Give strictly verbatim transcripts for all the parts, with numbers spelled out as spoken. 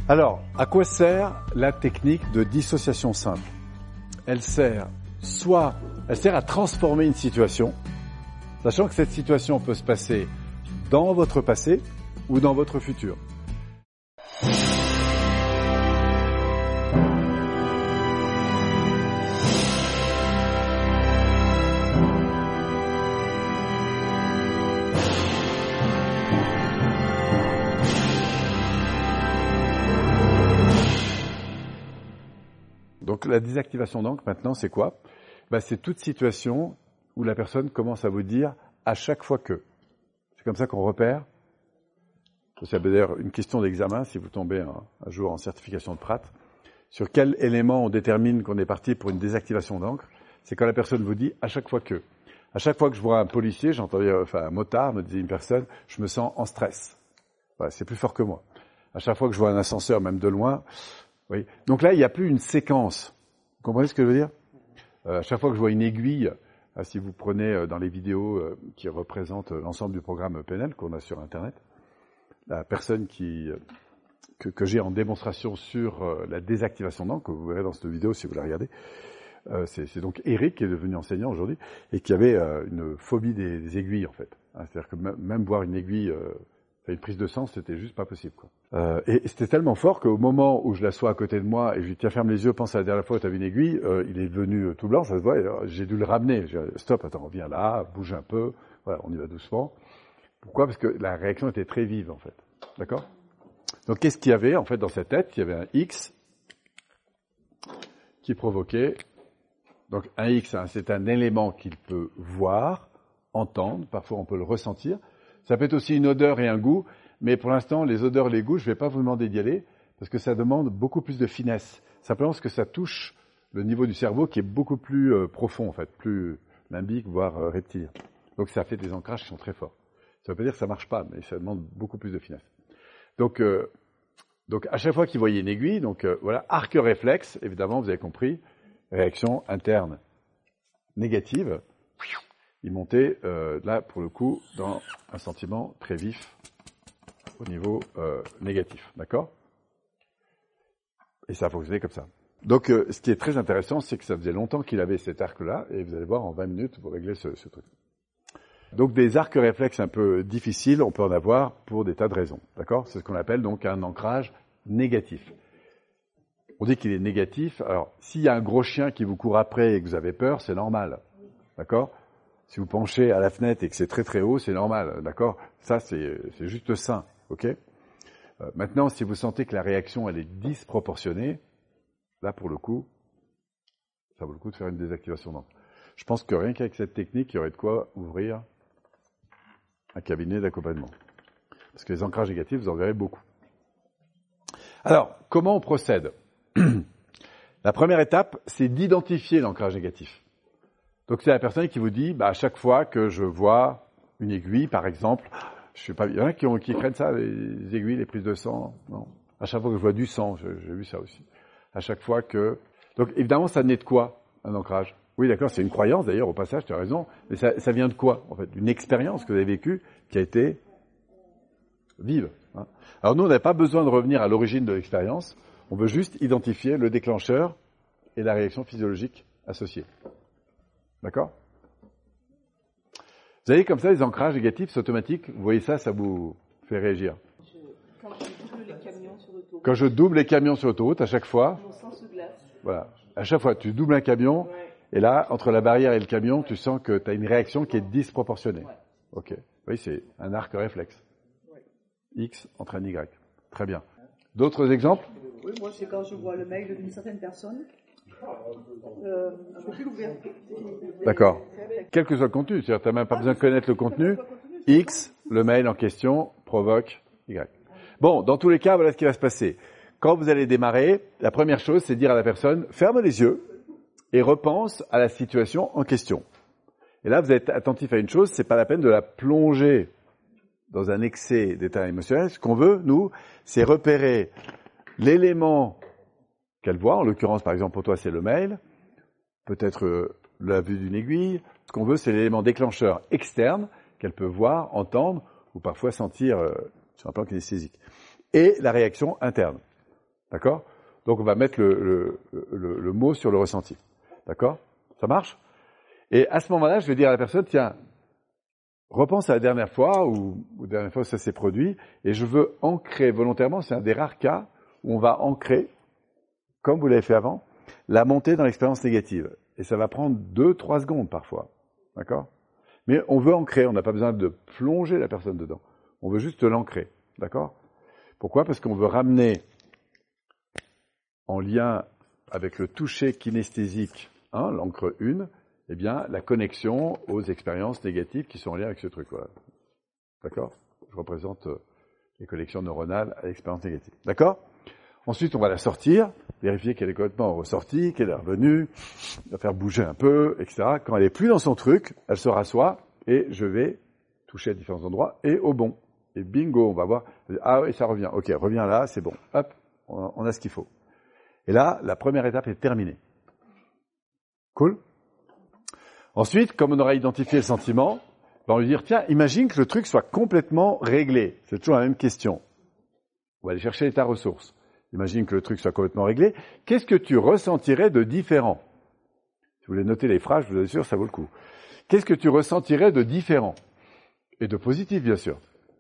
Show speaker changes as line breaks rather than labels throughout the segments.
Alors, à quoi sert la technique de dissociation simple? Elle sert soit, elle sert à transformer une situation, sachant que cette situation peut se passer dans votre passé ou dans votre futur. Donc la désactivation d'encre, maintenant, c'est quoi? Ben, c'est toute situation où la personne commence à vous dire à chaque fois que. C'est comme ça qu'on repère. C'est d'ailleurs une question d'examen, si vous tombez un, un jour en certification de Pratt. Sur quel élément on détermine qu'on est parti pour une désactivation d'encre? C'est quand la personne vous dit à chaque fois que. À chaque fois que je vois un policier, j'entendais, enfin un motard, me disait une personne, je me sens en stress. Voilà, c'est plus fort que moi. À chaque fois que je vois un ascenseur, même de loin. Oui. Donc là, il n'y a plus une séquence. Vous comprenez ce que je veux dire? euh, À chaque fois que je vois une aiguille, euh, si vous prenez euh, dans les vidéos euh, qui représentent euh, l'ensemble du programme P N L qu'on a sur Internet, la personne qui euh, que, que j'ai en démonstration sur euh, la désactivation d'encre, que vous verrez dans cette vidéo si vous la regardez, euh, c'est, c'est donc Eric qui est devenu enseignant aujourd'hui et qui avait euh, une phobie des, des aiguilles en fait. Hein, c'est-à-dire que m- même voir une aiguille... Euh, une prise de sang, c'était juste pas possible, quoi. Euh, et c'était tellement fort qu'au moment où je l'assois à côté de moi et je lui dis tiens, ferme les yeux, pense à la dernière fois où tu as vu une aiguille, euh, il est devenu euh, tout blanc, ça se voit, alors, j'ai dû le ramener. J'ai dit, stop, attends, viens là, bouge un peu, voilà, on y va doucement. Pourquoi? Parce que la réaction était très vive, en fait. D'accord? Donc, qu'est-ce qu'il y avait, en fait, dans sa tête? Il y avait un X qui provoquait, donc un X, hein, c'est un élément qu'il peut voir, entendre, parfois on peut le ressentir. Ça peut être aussi une odeur et un goût, mais pour l'instant, les odeurs et les goûts, je ne vais pas vous demander d'y aller, parce que ça demande beaucoup plus de finesse. Simplement parce que ça touche le niveau du cerveau qui est beaucoup plus euh, profond, en fait, plus limbique, voire euh, reptilien. Donc ça fait des ancrages qui sont très forts. Ça ne veut pas dire que ça ne marche pas, mais ça demande beaucoup plus de finesse. Donc, euh, donc à chaque fois qu'il voyait une aiguille, donc euh, voilà, arc réflexe, évidemment, vous avez compris, réaction interne négative. Il montait, euh, là, pour le coup, dans un sentiment très vif au niveau euh, négatif. D'accord? Et ça a fonctionné comme ça. Donc, euh, ce qui est très intéressant, c'est que ça faisait longtemps qu'il avait cet arc-là, et vous allez voir, en vingt minutes, vous réglez ce, ce truc. Donc, des arcs réflexes un peu difficiles, on peut en avoir pour des tas de raisons. D'accord? C'est ce qu'on appelle donc un ancrage négatif. On dit qu'il est négatif. Alors, s'il y a un gros chien qui vous court après et que vous avez peur, c'est normal. D'accord? Si vous penchez à la fenêtre et que c'est très très haut, c'est normal, d'accord? Ça, c'est, c'est juste sain, ok? euh, Maintenant, si vous sentez que la réaction, elle est disproportionnée, là, pour le coup, ça vaut le coup de faire une désactivation d'encre. Je pense que rien qu'avec cette technique, il y aurait de quoi ouvrir un cabinet d'accompagnement. Parce que les ancrages négatifs, vous en verrez beaucoup. Alors, comment on procède? La première étape, c'est d'identifier l'ancrage négatif. Donc c'est la personne qui vous dit, bah, à chaque fois que je vois une aiguille, par exemple, je suis pas, il y en a qui, ont, qui craignent ça, les aiguilles, les prises de sang, non. À chaque fois que je vois du sang, je, j'ai vu ça aussi. À chaque fois que, donc évidemment, ça naît de quoi, un ancrage? Oui, d'accord, c'est une croyance d'ailleurs, au passage, tu as raison, mais ça, ça vient de quoi, en fait? D'une expérience que vous avez vécue qui a été vive. Hein. Alors nous, on n'a pas besoin de revenir à l'origine de l'expérience, on veut juste identifier le déclencheur et la réaction physiologique associée. D'accord? Vous avez comme ça les ancrages négatifs, c'est automatique. Vous voyez ça, ça vous fait réagir.
Je, quand je double les camions sur l'autoroute.
Quand je double les camions sur l'autoroute, à chaque fois.
Mon sang se glace.
Voilà. À chaque fois, tu doubles un camion,
Ouais.
et là, entre la barrière et le camion, tu sens que tu as une réaction qui est disproportionnée.
Ouais.
Ok. Oui, c'est un arc réflexe.
Ouais.
X entraîne Y. Très bien. D'autres exemples?
Oui, moi, c'est quand je vois le mail d'une certaine personne. Euh, je ne peux plus l'ouvrir.
D'accord. Quel que soit le contenu, c'est-à-dire tu n'as même pas besoin de connaître le contenu. X, le mail en question, provoque Y. Bon, dans tous les cas, voilà ce qui va se passer. Quand vous allez démarrer, la première chose, c'est de dire à la personne, ferme les yeux et repense à la situation en question. Et là, vous êtes attentif à une chose, c'est pas la peine de la plonger dans un excès d'état émotionnel. Ce qu'on veut, nous, c'est repérer l'élément qu'elle voit. En l'occurrence, par exemple, pour toi, c'est le mail. Peut-être euh, la vue d'une aiguille. Ce qu'on veut, c'est l'élément déclencheur externe qu'elle peut voir, entendre ou parfois sentir euh, sur un plan kinesthésique. Et la réaction interne. D'accord? Donc on va mettre le, le, le, le mot sur le ressenti. D'accord? Ça marche? Et à ce moment-là, je vais dire à la personne, tiens, repense à la dernière fois ou, ou la dernière fois où ça s'est produit, et je veux ancrer volontairement, c'est un des rares cas où on va ancrer, comme vous l'avez fait avant, la montée dans l'expérience négative. Et ça va prendre deux, trois secondes parfois. D'accord? Mais on veut ancrer, on n'a pas besoin de plonger la personne dedans. On veut juste l'ancrer. D'accord? Pourquoi? Parce qu'on veut ramener en lien avec le toucher kinesthésique, hein, l'encre une, eh bien, la connexion aux expériences négatives qui sont en lien avec ce truc. Voilà. D'accord? Je représente euh, les connexions neuronales à l'expérience négative. D'accord? Ensuite, on va la sortir, vérifier qu'elle est complètement ressortie, qu'elle est revenue, la faire bouger un peu, et cetera. Quand elle est plus dans son truc, elle se rassoit et je vais toucher à différents endroits et au bon. Et bingo, on va voir. Ah oui, ça revient. Ok, reviens là, c'est bon. Hop, on a ce qu'il faut. Et là, la première étape est terminée. Cool? Ensuite, comme on aura identifié le sentiment, on va lui dire, tiens, imagine que le truc soit complètement réglé. C'est toujours la même question. On va aller chercher ta ressource. Imagine que le truc soit complètement réglé. Qu'est-ce que tu ressentirais de différent? Si vous voulez noter les phrases, je vous assure, ça vaut le coup. Qu'est-ce que tu ressentirais de différent? Et de positif, bien sûr.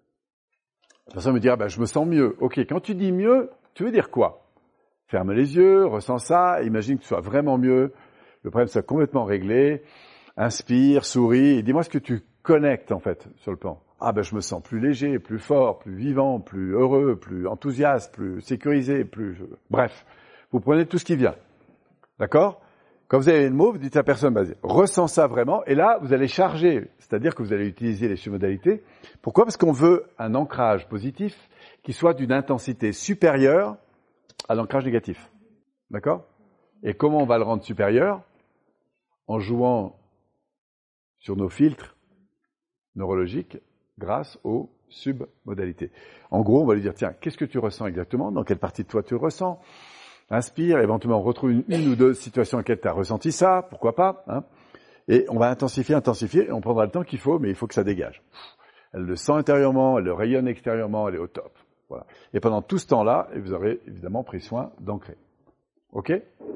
La personne me dira, bah, je me sens mieux. Ok, quand tu dis mieux, tu veux dire quoi? Ferme les yeux, ressens ça, imagine que tu sois vraiment mieux, le problème soit complètement réglé, inspire, souris, et dis-moi ce que tu connectes en fait sur le plan. Ah ben je me sens plus léger, plus fort, plus vivant, plus heureux, plus enthousiaste, plus sécurisé, plus... Bref, vous prenez tout ce qui vient. D'accord? Quand vous avez le mot, vous dites à la personne, bah, ressens ça vraiment, et là vous allez charger, c'est-à-dire que vous allez utiliser les submodalités. Pourquoi? Parce qu'on veut un ancrage positif qui soit d'une intensité supérieure à l'ancrage négatif. D'accord? Et comment on va le rendre supérieur? En jouant sur nos filtres neurologiques grâce aux submodalités. En gros, on va lui dire, tiens, qu'est-ce que tu ressens exactement? Dans quelle partie de toi tu ressens? Inspire, éventuellement on retrouve une, une ou deux situations dans lesquelles tu as ressenti ça, pourquoi pas, hein? Et on va intensifier, intensifier, et on prendra le temps qu'il faut, mais il faut que ça dégage. Elle le sent intérieurement, elle le rayonne extérieurement, elle est au top. Voilà. Et pendant tout ce temps-là, vous aurez évidemment pris soin d'ancrer. OK?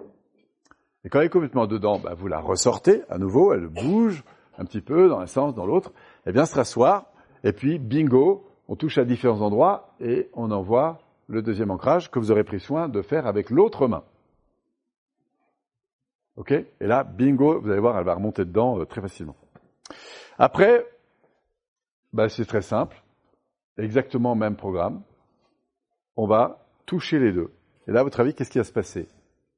Et quand elle est complètement dedans, bah, vous la ressortez à nouveau, elle bouge un petit peu dans un sens, dans l'autre. Elle vient se rasseoir, et puis bingo, on touche à différents endroits et on envoie le deuxième ancrage que vous aurez pris soin de faire avec l'autre main. OK? Et là, bingo, vous allez voir, elle va remonter dedans euh, très facilement. Après, bah, c'est très simple, exactement le même programme. On va toucher les deux. Et là, à votre avis, qu'est-ce qui va se passer?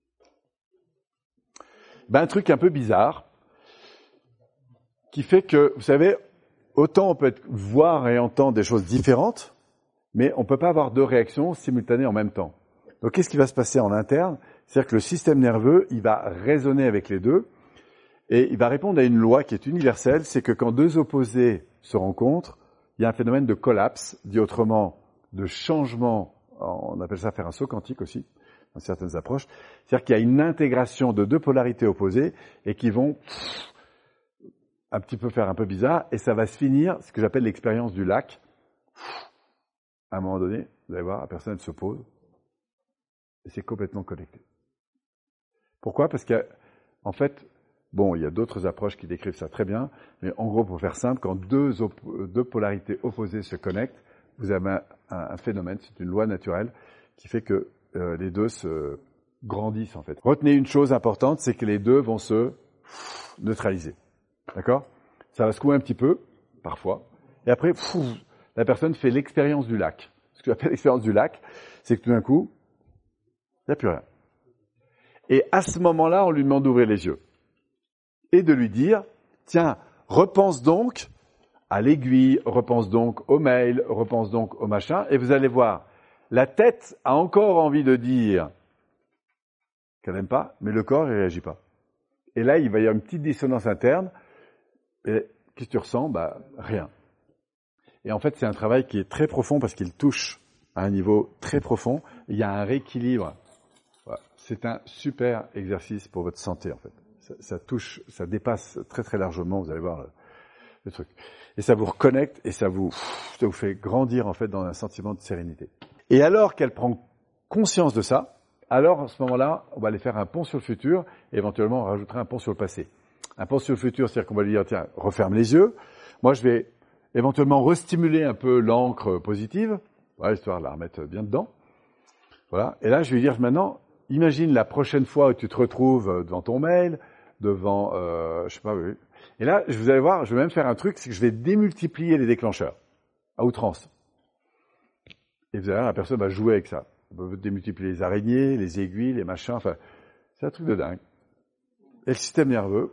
Ben, un truc un peu bizarre, qui fait que, vous savez, autant on peut être, voir et entendre des choses différentes, mais on ne peut pas avoir deux réactions simultanées en même temps. Donc, qu'est-ce qui va se passer en interne? C'est-à-dire que le système nerveux, il va résonner avec les deux, et il va répondre à une loi qui est universelle, c'est que quand deux opposés se rencontrent, il y a un phénomène de collapse, dit autrement, de changement, on appelle ça faire un saut quantique aussi, dans certaines approches, c'est-à-dire qu'il y a une intégration de deux polarités opposées et qui vont pff, un petit peu faire un peu bizarre, et ça va se finir, ce que j'appelle l'expérience du lac. Pff, à un moment donné, vous allez voir, la personne se pose, et c'est complètement connecté. Pourquoi? Parce qu'en fait, bon, il y a d'autres approches qui décrivent ça très bien, mais en gros, pour faire simple, quand deux, op- deux polarités opposées se connectent, vous avez un, un, un phénomène, c'est une loi naturelle, qui fait que euh, les deux se grandissent en fait. Retenez une chose importante, c'est que les deux vont se pff, neutraliser. D'accord? Ça va secouer un petit peu, parfois, et après, pff, la personne fait l'expérience du lac. Ce que j'appelle l'expérience du lac, c'est que tout d'un coup, il n'y a plus rien. Et à ce moment-là, on lui demande d'ouvrir les yeux. Et de lui dire, tiens, repense donc à l'aiguille, repense donc au mail, repense donc au machin, et vous allez voir, la tête a encore envie de dire qu'elle n'aime pas, mais le corps, il ne réagit pas. Et là, il va y avoir une petite dissonance interne, et qu'est-ce que tu ressens? Bah, rien. Et en fait, c'est un travail qui est très profond parce qu'il touche à un niveau très profond. Il y a un rééquilibre. Voilà. C'est un super exercice pour votre santé, en fait. Ça, ça touche, ça dépasse très très largement, vous allez voir le, le truc. Et ça vous reconnecte et ça vous, ça vous fait grandir, en fait, dans un sentiment de sérénité. Et alors qu'elle prend conscience de ça, alors à ce moment-là, on va aller faire un pont sur le futur, et éventuellement on rajoutera un pont sur le passé. Un pont sur le futur, c'est-à-dire qu'on va lui dire, tiens, referme les yeux. Moi, je vais éventuellement restimuler un peu l'encre positive, voilà, histoire de la remettre bien dedans. Voilà. Et là, je vais lui dire maintenant, imagine la prochaine fois où tu te retrouves devant ton mail, devant, euh, je sais pas, oui. Et là, vous allez voir, je vais même faire un truc, c'est que je vais démultiplier les déclencheurs, à outrance. Et vous allez voir, la personne va jouer avec ça. On peut démultiplier les araignées, les aiguilles, les machins, enfin, c'est un truc de dingue. Et le système nerveux,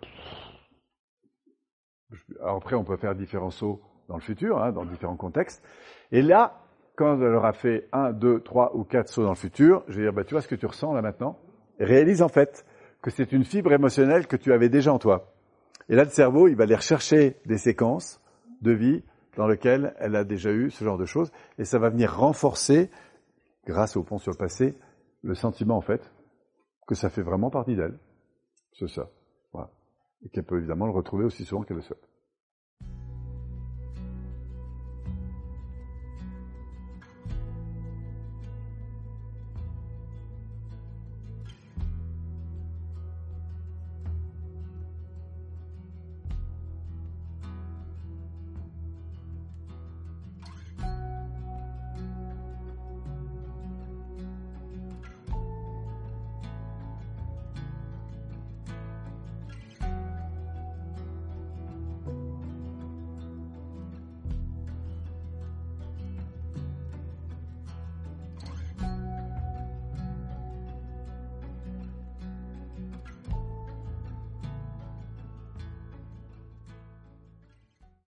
alors après, on peut faire différents sauts dans le futur, hein, dans différents contextes. Et là, quand elle aura fait un, deux, trois ou quatre sauts dans le futur, je vais dire, bah, tu vois ce que tu ressens là maintenant? Et réalise en fait que c'est une fibre émotionnelle que tu avais déjà en toi. Et là, le cerveau, il va aller rechercher des séquences de vie dans lesquelles elle a déjà eu ce genre de choses. Et ça va venir renforcer, grâce au pont sur le passé, le sentiment en fait que ça fait vraiment partie d'elle. C'est ça. Voilà. Et qu'elle peut évidemment le retrouver aussi souvent qu'elle le souhaite.